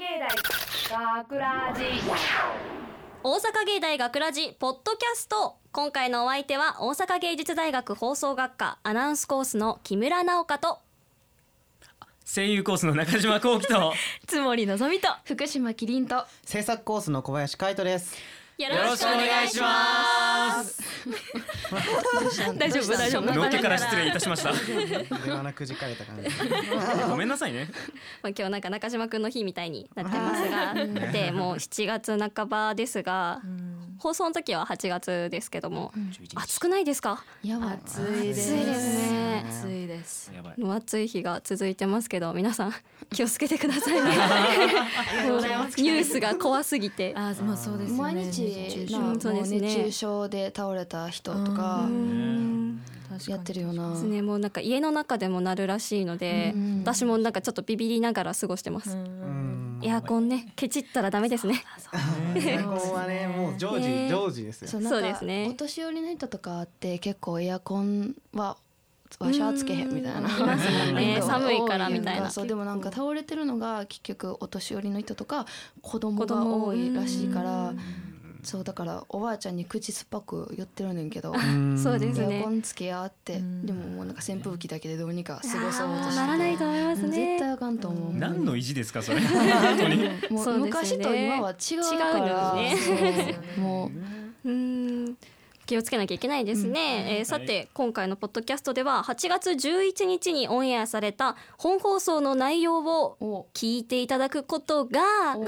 芸大学ラジ大阪芸大学ラジポッドキャスト。今回のお相手は大阪芸術大学放送学科アナウンスコースの木村直香と声優コースの中島幸喜と津森のぞみと福島キリンと制作コースの小林海人です。 よよろしくお願いします。 大丈夫のっけから失礼いたしました電話のくじかれた感じごめんなさいね。 まあ、今日なんか中島くんの日みたいになってますがでもう7月半ばですが、放送の時は8月ですけども、暑くないですか？ やばい暑いです暑いですね。 暑いですやばい。 もう暑い日が続いてますけど、皆さん気をつけてくださいねもうニュースが怖すぎて、 あ、まあそうですよね。 毎日そうですね、 熱中症で倒れた人とかやってるよな。 ですね、もうなんか家の中でもなるらしいので、私もなんかちょっとビビりながら過ごしてます。エアコンね、ケチったらダメですね。 エアコンはね、もう常時ですよ。 そうですね。 お年寄りの人とかって結構エアコンはわしゃつけへんみたいな、 いますもんね寒いからみたいな。 そうでもなんか倒れてるのが結局お年寄りの人とか子供が多いらしいから、そうだからおばあちゃんに口酸っぱく言ってるねんけど、 そうですね。 エアコンつけやって、でももうなんか扇風機だけでどうにか過ごそうとしてならないと思いますね。 絶対あかんと思う。 何の意地ですかそれ本当に。 もう昔と今は違うから違うそうもう気をつけなきゃいけないですね。さて、今回のポッドキャストでは8月11日にオンエアされた本放送の内容を聞いていただくことが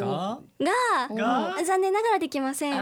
残念ながらできません。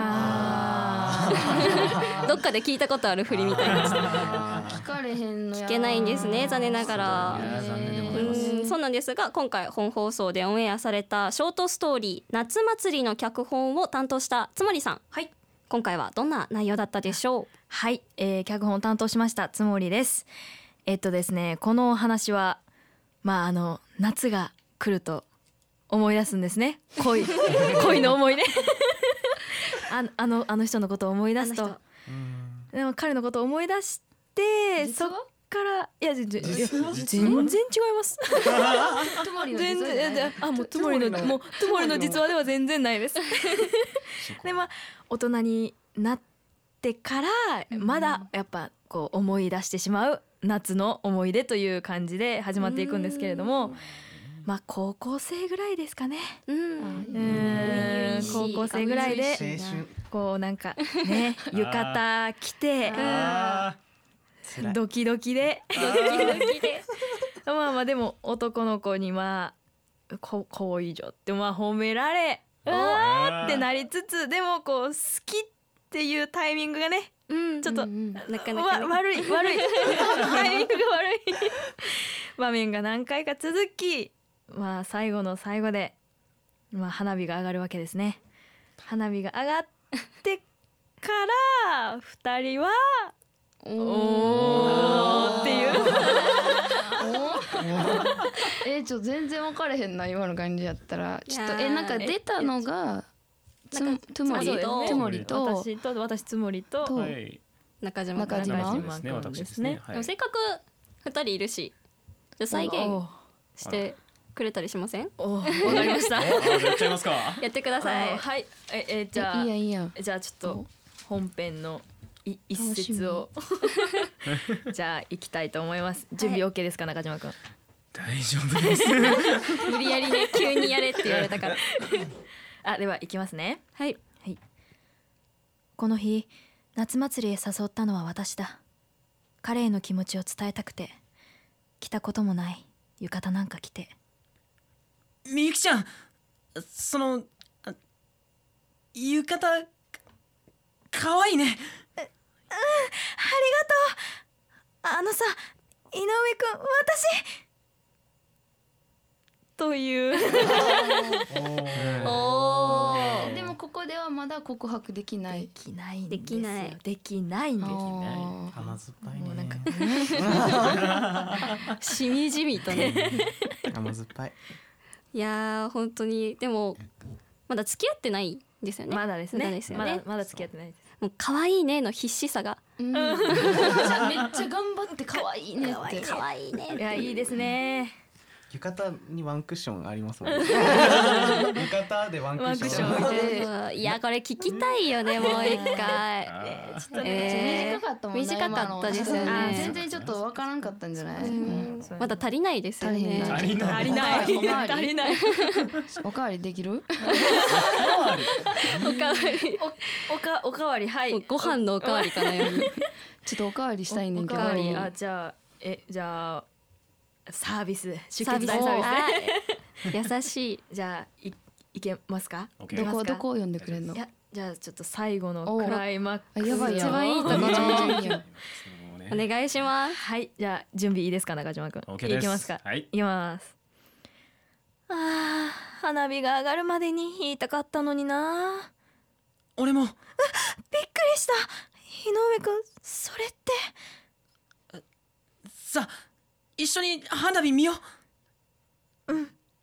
どっかで聞いたことあるふりみたいな聞かれへんのや。 聞けないんですね、残念ながら。 残念でございます。 そうなんですが、今回本放送でオンエアされたショートストーリー夏祭りの脚本を担当した津森さん、はい、今回はどんな内容だったでしょう？ はい、脚本を担当しました津森です。ですね、このお話は夏が来ると思い出すんですね。恋の思い出あの人のことを思い出すと、でも彼のことを思い出してそっから全然違います全然もうつもりの実話では全然ないですで大人になってからまだやっぱこう思い出してしまう夏の思い出という感じで始まっていくんですけれども、高校生ぐらいですかね。高校生ぐらいでこうなんかね浴衣着てドキドキででも男の子に好意女って褒められってなりつつ、でもこう好きっていうタイミングがねちょっとなかなか悪いタイミングが悪い場面が何回か続き、最後の最後で花火が上がるわけですね。花火が上がってから2人はおーっていう全然分かれへんな今の感じやったら。ちょっとなんか出たのがつもりと私つもりと中島君ですね。 でもせっかく2人いるし、じゃあ再現してくれたりしません？ わかりましたやっちゃいますか。 やってください。 はい、じゃあいいやじゃあちょっと本編の一節をじゃあ行きたいと思います。準備 OK ですか、中島くん？ 大丈夫です無理やりね急にやれって言われたからでは行きますね。 はい、 この日夏祭りへ誘ったのは私だ。彼への気持ちを伝えたくて、着たこともない浴衣なんか着て。 みゆきちゃん、その浴衣かわいいね。 ありがとう。さ、井上くん、私というでもここではまだ告白できない。 できないんです。 甘酸っぱいね。 もうなんかしみじみとね甘酸っぱい。 いや本当にでもまだ付き合ってないんですよね。 まだですね。 まだ付き合ってないです。 もう可愛いねの必死さが、 めっちゃ頑張って可愛いねって。 可愛いねっていやいいですね。 浴衣にワンクッションありますもんね。浴衣でワンクッション。 ワンクッションいやこれ聞きたいよねもう一回。 短かったもんね。 短かったですよね。 全然ちょっとわからんかったんじゃない？ まだ足りないですよね。 足りない足りない足りないおかわりできる？ おかわりおかわりはいご飯のおかわりかなよ。 ちょっとおかわりしたいねんけど。 おかわりじゃあサービス出サービス血大サービスね優しい。 じゃあいけますか？ どこ読んでくれんの？ いやじゃあちょっと最後のクライマックスやばいやん。 一番いいところ。 めちゃめちゃいいやん。 お願いします。 はいじゃあ準備いいですか中島くん。 OK です。 いきますか。 はい。 いきます。花火が上がるまでに言いたかったのにな。 俺もびっくりした。井上くんそれってさあ一緒に花火見よう。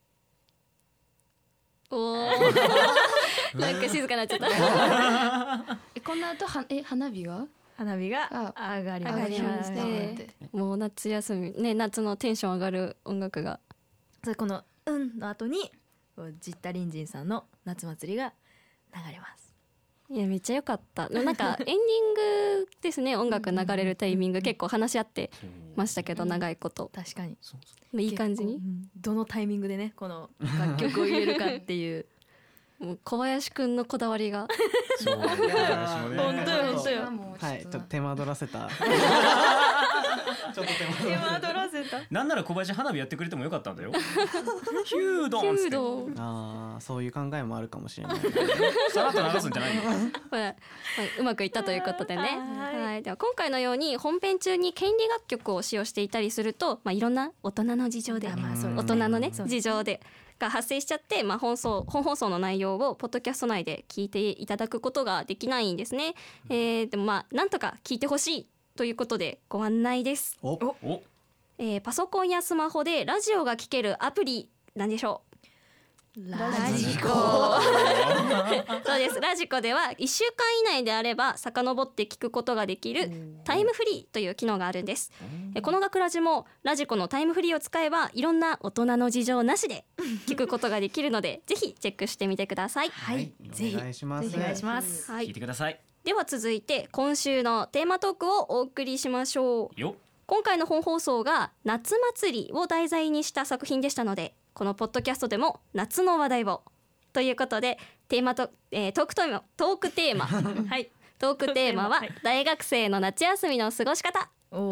おお。なんか静かになっちゃった。 この後花火が花火が上がりま上がりまししたた。もう夏休みね夏のテンション上がる音楽が。 それこの「うん」の後にジッタリンジンさんの夏祭りが流れます。 いやめっちゃ良かった。なんかエンディングですね音楽流れるタイミング結構話し合ってましたけど長いこと確かにいい感じに結構どのタイミングでねこの楽曲を入れるかっていうもう小林くんのこだわりがそう。 本当よ本当よ。 はい、ちょっと手間取らせた。ちょっと手間取らせた。 なんなら小林花火やってくれてもよかったんだよ。ヒュードンっつって。 ああ、そういう考えもあるかもしれない。 さらっと流すんじゃないの。 うまくいったということでね。はい。では今回のように本編中に権利楽曲を使用していたりすると、いろんな大人の事情で、大人のね事情でが発生しちゃって、本放送の内容をポッドキャスト内で聞いていただくことができないんですね。でもなんとか聞いてほしいということでご案内です。 お。 パソコンやスマホでラジオが聴けるアプリなんでしょう。 ラジコそうです。ラジコでは1週間以内であれば遡って聞くことができるタイムフリーという機能があるんです。この学ラジもラジコのタイムフリーを使えばいろんな大人の事情なしで聞くことができるのでぜひチェックしてみてください。 はい、 ぜひお願いします。 お願いします。 はい聞いてください。 では続いて今週のテーマトークをお送りしましょう。 よ。 今回の本放送が夏祭りを題材にした作品でしたのでこのポッドキャストでも夏の話題をということでトークテーマはいトークテーマは大学生の夏休みの過ごし方。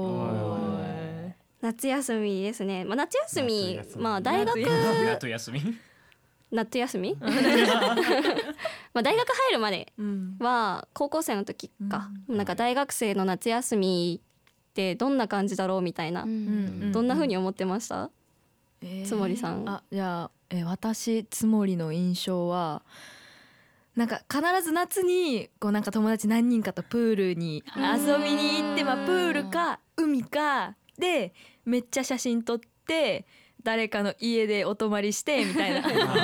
夏休みですね。夏休み大学夏休み。 夏休み大学入るまでは高校生の時か、なんか大学生の夏休みってどんな感じだろうみたいな、どんな風に思ってました？つもりさん。 じゃあ、私つもりの印象はなんか必ず夏にこうなんか友達何人かとプールに遊びに行って、プールか海かでめっちゃ写真撮って誰かの家でお泊まりしてみたいな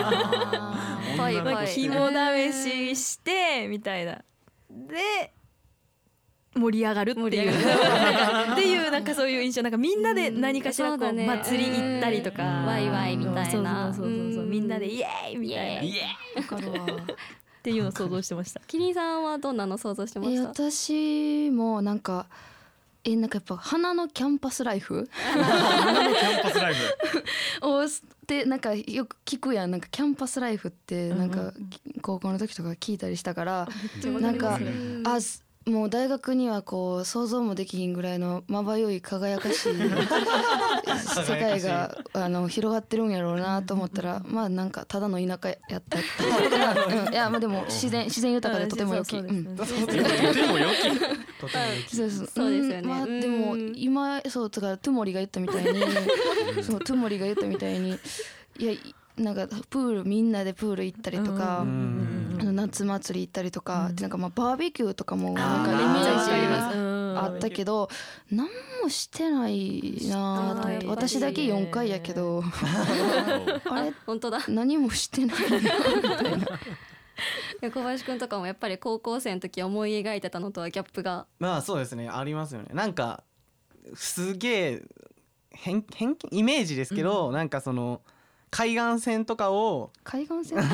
肝試ししてみたいなで盛り上がるっていうっていうなんかそういう印象。なんかみんなで何かしらこう祭り行ったりとかワイワイみたいな、 そうみんなでイエーイみたいなわかるわっていうのを想像してました。 キリンさんはどんなの想像してました？ 私もなんかやっぱ花のキャンパスライフ花のキャンパスライフをでなんかよく聞くやん。なんかキャンパスライフってなんか高校の時とか聞いたりしたからなんかもう大学にはこう想像もできひんぐらいのまばゆい輝かしい世界が広がってるんやろうなと思ったらなんかただの田舎やったいやでも自然豊かでとても良き。 とても良き。 そうですよね。 でも今だからトゥモリが言ったみたいにトゥモリが言ったみたいにいやなんかみんなでプール行ったりとか夏祭り行ったりとかなんかバーベキューとかもなんかイメージあったけど何もしてないなと思って。私だけ4回やけどあれ本当だ何もしてないなみたいな。 小林くんとかもやっぱり高校生の時思い描いてたのとはギャップが。 そうですね、ありますよね。なんかすげえイメージですけど、なんかその海岸線とかを海岸線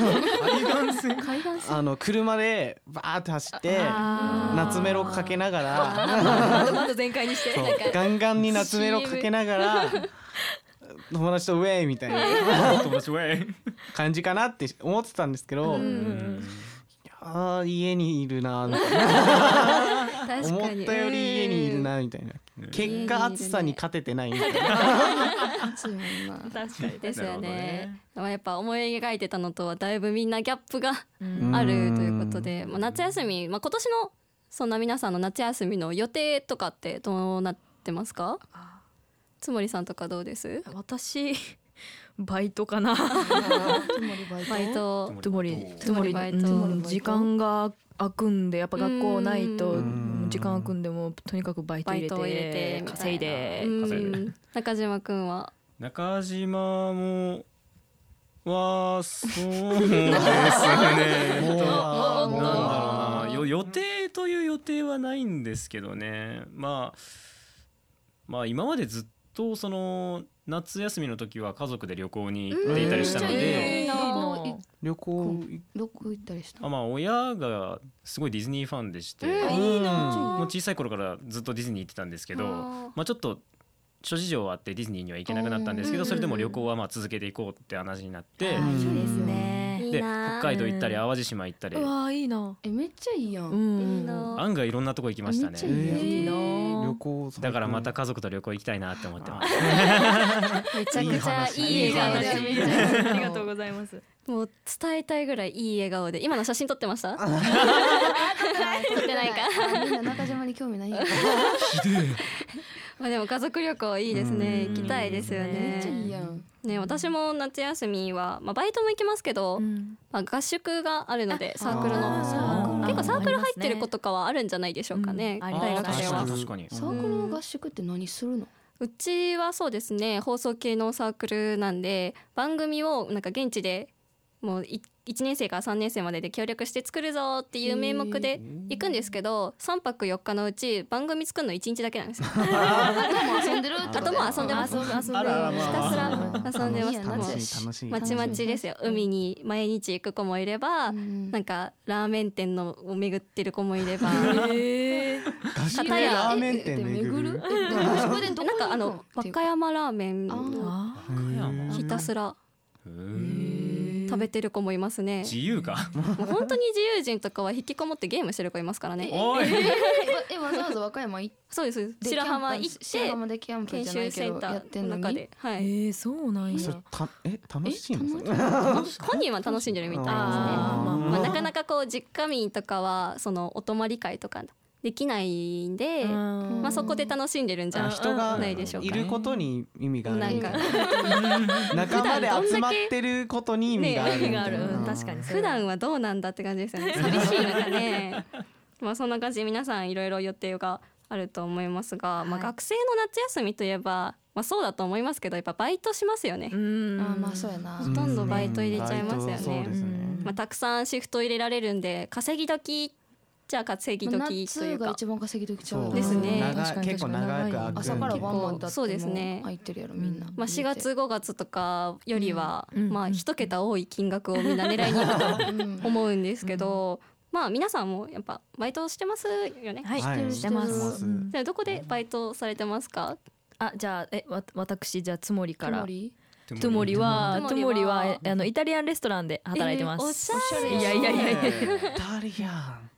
車でバーって走って夏メロかけながらまだ全開にしてそうガンガンに夏メロかけながら友達とウェイみたいな友達ウェイ感じかなって思ってたんですけど、いや家にいるなみたいな確かに思ったより家にいるなみたいな、結果暑さに勝ててないみたいな暑いもんな。 確かにですよなるほどねね。 まあやっぱ思い描いてたのとはだいぶみんなギャップがあるということで、まあ、夏休み、まあ、今年のそんな皆さんの夏休みの予定とかってどうなってますか？つもりさんとかどうです？ 私バイトかなバイトつもりバイト時間が空くんでやっぱ学校ないと時間空くんでもとにかくバイト入れて稼いで中島くんは？ 中島もはそうですねなんだろうな予定という予定はないんですけどね、まあ今までずっとその夏休みの時は家族で旅行に行っていたりしたので、 旅行どこ行ったりした？ まあ親がすごいディズニーファンでして、もう小さい頃からずっとディズニー行ってたんですけど、まあちょっと諸事情あってディズニーには行けなくなったんですけど、それでも旅行はまあ続けていこうって話になって、 そうですねで北海道行ったり淡路島行ったり、 うわいいなめっちゃいいやん。 いいな。 案外いろんなとこ行きましたね。 いいな旅行だからまた家族と旅行行きたいなって思ってます。 めちゃくちゃいい笑顔でありがとうございますもう伝えたいぐらいいい笑顔で今の写真撮ってました？撮ってないか。 みんな中島に興味ないんだ。 まあでも家族旅行いいですね。行きたいですよめっちゃいいね。 やん。 ね、私も夏休みは、まあ、バイトも行きますけど、まあ、合宿があるのでサークルの結構サークル入ってる子とかはあるんじゃないでしょうかね、大学生は。 確かにサークルの合宿って何するの？ うちはそうですね、放送系のサークルなんで番組をなんか現地でもう1年生から3年生までで協力して作るぞっていう名目で行くんですけど、3泊4日のうち番組作るの1日だけなんですよ。 あとも遊んでるってあとも遊んでます。ひたすら遊んでます。 楽しいまちまちですよ。海に毎日行く子もいれば、なんかラーメン店のを巡ってる子もいれば、 合宿でラーメン店巡るなんか和歌山ラーメンひたすら食べてる子もいますね。 自由か。 もう本当に自由人とかは引きこもってゲームしてる子いますからね。 おい。 わざわざ和歌山行ってそうです。白浜行って白浜でキャンプ研じゃないけ修センタどやってーのんのに。 中で、はい。 そうなんやそれ楽しいのそれ本人は楽しんでるみたいですね。まあなかなかこう実家民とかはそのお泊まり会とかできないんで、まあそこで楽しんでるんじゃ人がないでしょうか。 いることに意味がある。 なんか仲間で集まってることに意味があるみたいな。 確かに普段はどうなんだって感じですよね。寂しいのかね。まあそんな感じで皆さんいろいろ予定があると思いますが、まあ学生の夏休みといえば、まあそうだと思いますけど、やっぱバイトしますよね。 まあそうやな。 ほとんどバイト入れちゃいますよそうね。 ですね。 まあたくさんシフト入れられるんで、稼ぎ時じゃあ稼ぎ時とい夏うかが一番稼ぎ時ちゃう。 ですね。 結構長く開く。 朝から晩までだってそうですね。 入ってるやろみんな。 まあ4月5月とかよりはまあ一桁多い金額をみんな狙いに行くと思うんですけど、まあ皆さんもやっぱバイトしてますよね。 はいはいしてますじゃあどこでバイトされてますか？ じゃあ私じゃあつもりからりトゥモリはイタリアンレストランで働いてます。 おしゃれ。 いやイタリアン。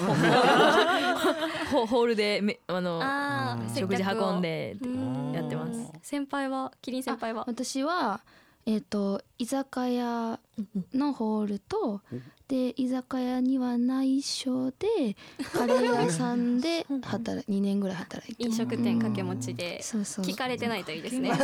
ホールで食事運んでやってます。 先輩はキリン先輩は私は居酒屋のホールとで居酒屋には内緒でカレー屋さんで2年ぐらい働いて飲食店掛け持ちでそう聞かれてないといいですね。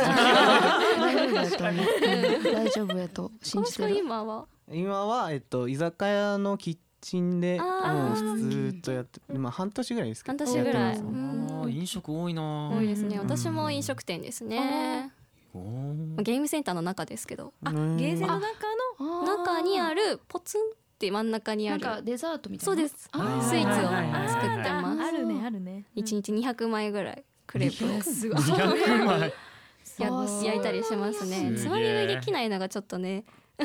大丈夫やと信じてる。 今は居酒屋のキッチンでもうずっとやって半年ぐらいですか。 半年ぐらい。 飲食多いな。 多いですね。私も飲食店ですね。ゲームセンターの中ですけど。 ゲーセンの中にあるポツンって真ん中にある。 なんかデザートみたいな。 そうです。スイーツを作ってます。 あるね。 1日200枚ぐらいクレープを。 すごい。 す焼いたりしますね。 すげえつまみ食いできないのがちょっとね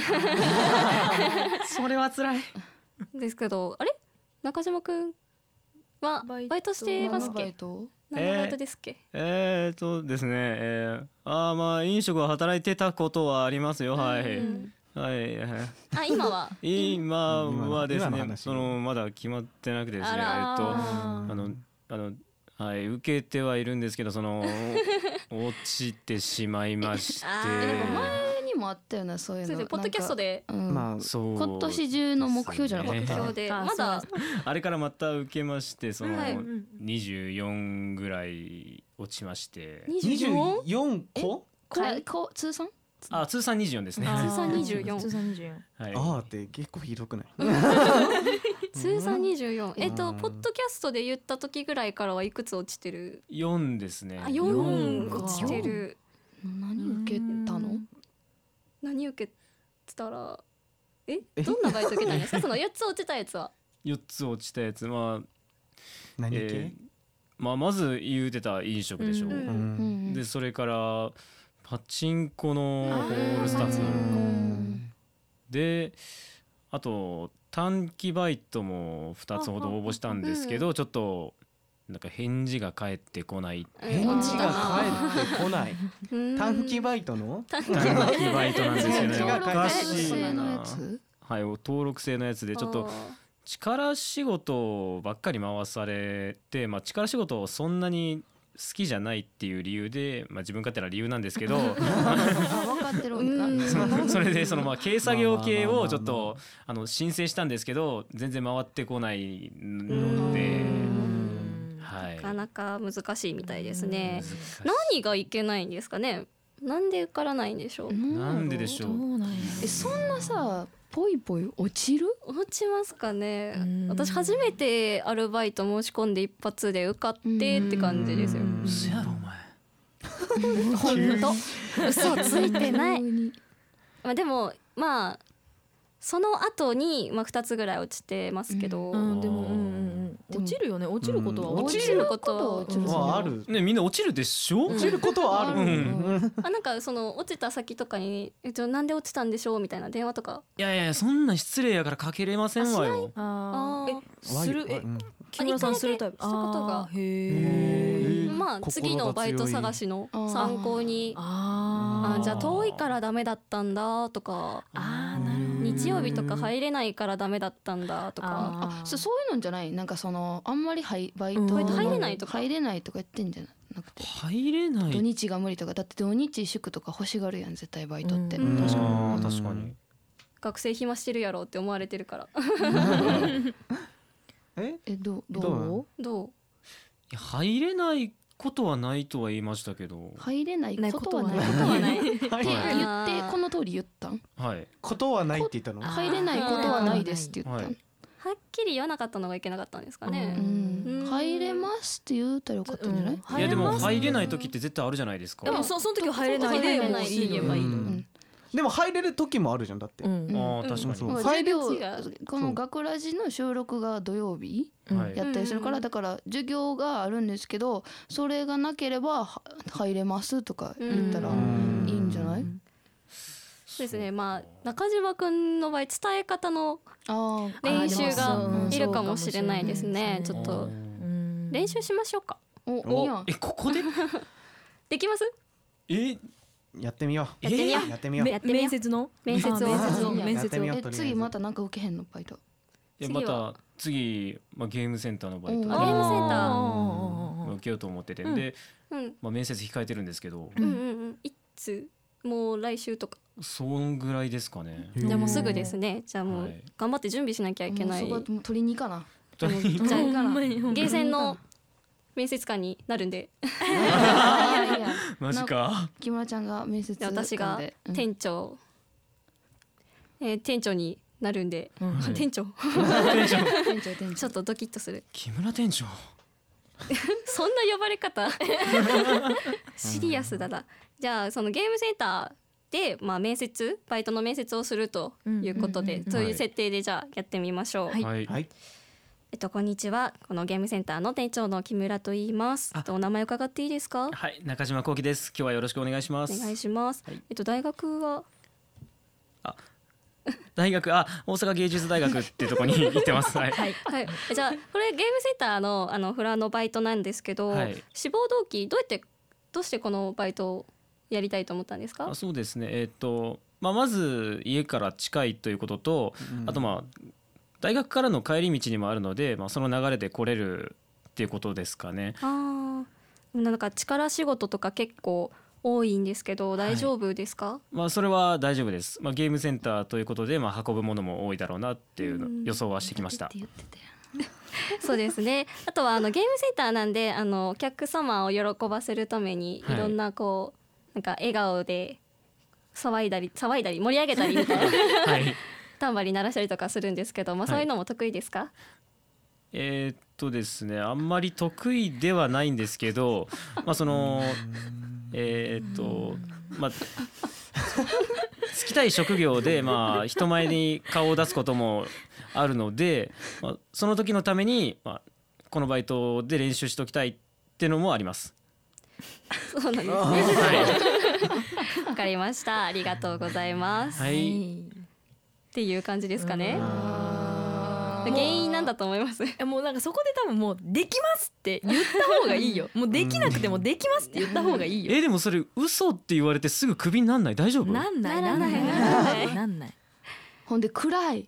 それは辛い。 ですけど、あれ中島くんはバイトしてますっけ？ バイト何のバイトですっけ？ ですね、まあ飲食は働いてたことはありますよ。はい、はいはい。 あ、今は今はですね、 今の話まだ決まってなくてですね、 あらはい受けてはいるんですけど、落ちてしまいまして。 前にもあったよな、そういうの。 そうですね、ポッドキャストでまあそう今年中の目標じゃなかった。 今日でまだあれからまた受けまして、 はい 24ぐらい落ちまして、 24 24個通算通算24ですね。 通算24 通算24。 はい。 あーって結構ひどくない？ 通算24。ポッドキャストで言った時ぐらいからはいくつ落ちてる？ 4ですね。 あ、4落ちてる。 何受けたの？ 何受けたらどんなバイト受けたんですか？その4つ落ちたやつは。 4つ落ちたやつ、 何系？ まず言うてた飲食でしょう。でそれからパチンコのホールスタッフで、あと短期バイトも2つほど応募したんですけど、ちょっとなんか返事が返ってこない。 返事が返ってこない。短期バイトの？ 短期バイトなんですよね。 返事が返ってこないおかしいな。 はい、 登録制のやつでちょっと力仕事ばっかり回されて、力仕事をそんなに好きじゃないっていう理由で、自分勝手な理由なんですけど分かってるんだ。 それで軽作業系をちょっと申請したんですけど、全然回ってこないので、 なかなか難しいみたいですね。何がいけないんですかね。なんで受からないんでしょう。 なんででしょう。 そんなさ、ぽいぽい落ちる？ 落ちますかね。私初めてアルバイト申し込んで一発で受かってって感じですよ。 嘘やろお前。 本当嘘ついてない。でもその後に2つぐらい落ちてますけど、 でも落ちるよね。落ちることは落ちることはある。 ね、みんな落ちるでしょ。 落ちることはある。 なんかその落ちた先とかになんで落ちたんでしょうみたいな電話とか。 いやそんな失礼やからかけれませんわよ。 する木村さんするタイプ。 したことが。次のバイト探しの参考に、じゃあ遠いからダメだったんだとか、日曜日とか入れないからダメだったんだとか、 そういうのじゃない？なんかあんまりバイト入れないとか言ってんじゃなくて、 入れない。 土日が無理とか。だって土日祝とか欲しがるやん絶対バイトって。 確かに。 学生暇してるやろって思われてるから。 どう？ 入れないことはないとは言いましたけど。 入れないことはない。言ってこの通り言ったん？ はい。 ことはないって言ったの？ 入れないことはないですって言ったん？ はっきり言わなかったのがいけなかったんですかね。 入れますって言ったらよかったんじゃない？ いやでも入れない時って絶対あるじゃないですか。 でもその時は入れないでもう言えばいい。 でも入れる時もあるじゃんだって。 確かに。 授業この学ラジの収録が土曜日やったりするから、だから授業があるんですけど、それがなければ入れますとか言ったらいいんじゃない？ そうですね。中島くんの場合伝え方の練習がいるかもしれないですね。ちょっと練習しましょうか。 ここでできます？ やってみよう。 面接を次またなんか受けへんのバイト？ また次ゲームセンターのバイトゲームセンター受けようと思ってて、で面接控えてるんですけど、 いつ？もう来週とか。 そんぐらいですかね。 じゃあもうすぐですね。じゃあもう頑張って準備しなきゃいけない。 取りに行かな。 じゃあゲーセンの面接官になるんで。 マジか。 木村ちゃんが面接官で。 私が店長になるんで。店長。ちょっとドキッとする。 木村店長。 そんな呼ばれ方。シリアスだな。じゃあそのゲームセンターでバイトの面接をするということで、そういう設定でじゃあやってみましょう。 はい。 こんにちは。このゲームセンターの店長の木村と言います。お名前伺っていいですか？ はい、中島幸喜です。今日はよろしくお願いします。 お願いします。大学は大学大阪芸術大学っていうところに行ってますはい、 はい、じゃあこれゲームセンターのフロアのバイトなんですけど、 はい、 志望動機どうしてこのバイトをやりたいと思ったんですか？ そうですね、まず家から近いということと、あと大学からの帰り道にもあるので、その流れで来れるっていうことですかね。 なんか力仕事とか結構多いんですけど大丈夫ですか？ それは大丈夫です。ゲームセンターということで、運ぶものも多いだろうなっていう予想はしてきました。 そうですね。あとはゲームセンターなんでお客様を喜ばせるためにいろんななんか笑顔で騒いだり盛り上げたりみたいな、はい、タンバリン鳴らしたりとかするんですけど、そういうのも得意ですか？ ですね、あんまり得意ではないんですけど、就きたい職業で人前に顔を出すこともあるので、その時のためにこのバイトで練習しておきたいっていうのもあります。 そうなんですね。わかりました。ありがとうございます。 はい。 っていう感じですかね。原因なんだと思います。 もうなんかそこで多分もうできますって言った方がいいよ。もうできなくてもできますって言った方がいいよ。 でもそれ嘘って言われてすぐクビになんない？大丈夫？ なんない。 ほんで暗い。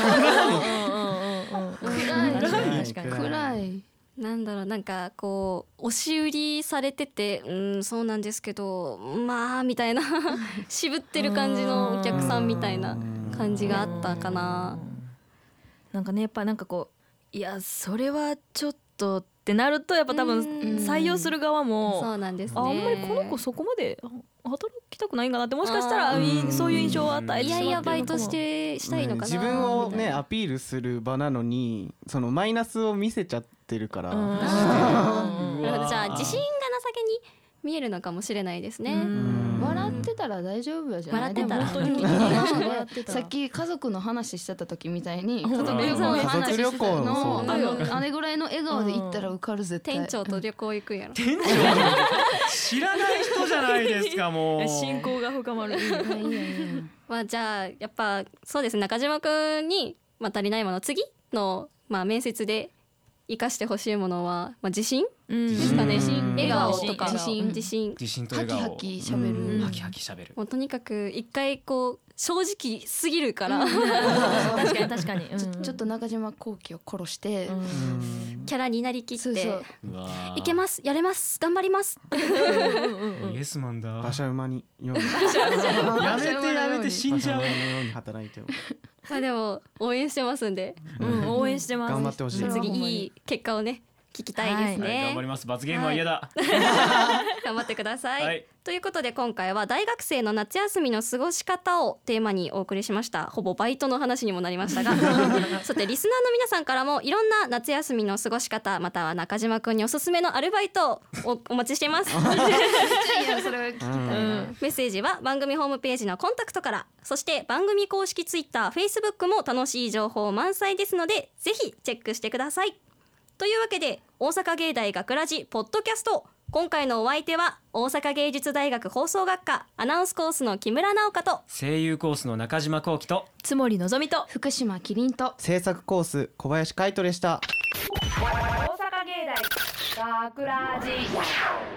暗い。 なんだろう、なんか押し売りされててそうなんですけどみたいな渋ってる感じのお客さんみたいな感じがあったかな。 なんかね、やっぱなんかいやそれはちょっとってなるとやっぱ多分採用する側もそうなんですね。 あんまりこの子そこまで働きたくないんかなって、もしかしたらそういう印象を与えてしまってるのかも。 いやバイトしたいのかな。 自分をねアピールする場なのにそのマイナスを見せちゃってるから。じゃあ自信が情けに見えるのかもしれないですね。 笑ってたら大丈夫やじゃない？ 笑ってたら本当にさっき家族の話してた時みたいに家族旅行の話してたのあれぐらいの笑顔で行ったら受かる絶対。 店長と旅行行くんやろ。 店長知らない人じゃないですか。もう親交が深まる。 じゃあやっぱそうですね、中島くんに足りないもの、次の面接で生かしてほしいものは自信ですかね。笑顔とか自信と笑顔、 ハキハキしゃべる、 ハキハキしゃべる。 もうとにかく一回正直すぎるから確かにちょっと中島幸喜を殺してキャラになりきってそういけます、やれます、頑張りますイエスマンだ。 馬車馬にようやめて死んじゃう。 馬車馬のように働いてでも応援してますんで、 応援してます。 頑張ってほしい。 次いい結果をね聞きたいですね。 頑張ります。罰ゲームは嫌だ。 頑張ってください。ということで今回は大学生の夏休みの過ごし方をテーマにお送りしました。ほぼバイトの話にもなりましたがさてリスナーの皆さんからもいろんな夏休みの過ごし方、または中島くんにおすすめのアルバイトをお待ちしていますメッセージは番組ホームページのコンタクトから、そして番組公式ツイッター、フェイスブックも楽しい情報満載ですのでぜひチェックしてください。というわけで大阪芸大学ラジポッドキャスト、今回のお相手は大阪芸術大学放送学科アナウンスコースの木村直香と声優コースの中島幸喜と津森のぞみと福島キリンと制作コース小林海斗でした。 大阪芸大学ラジ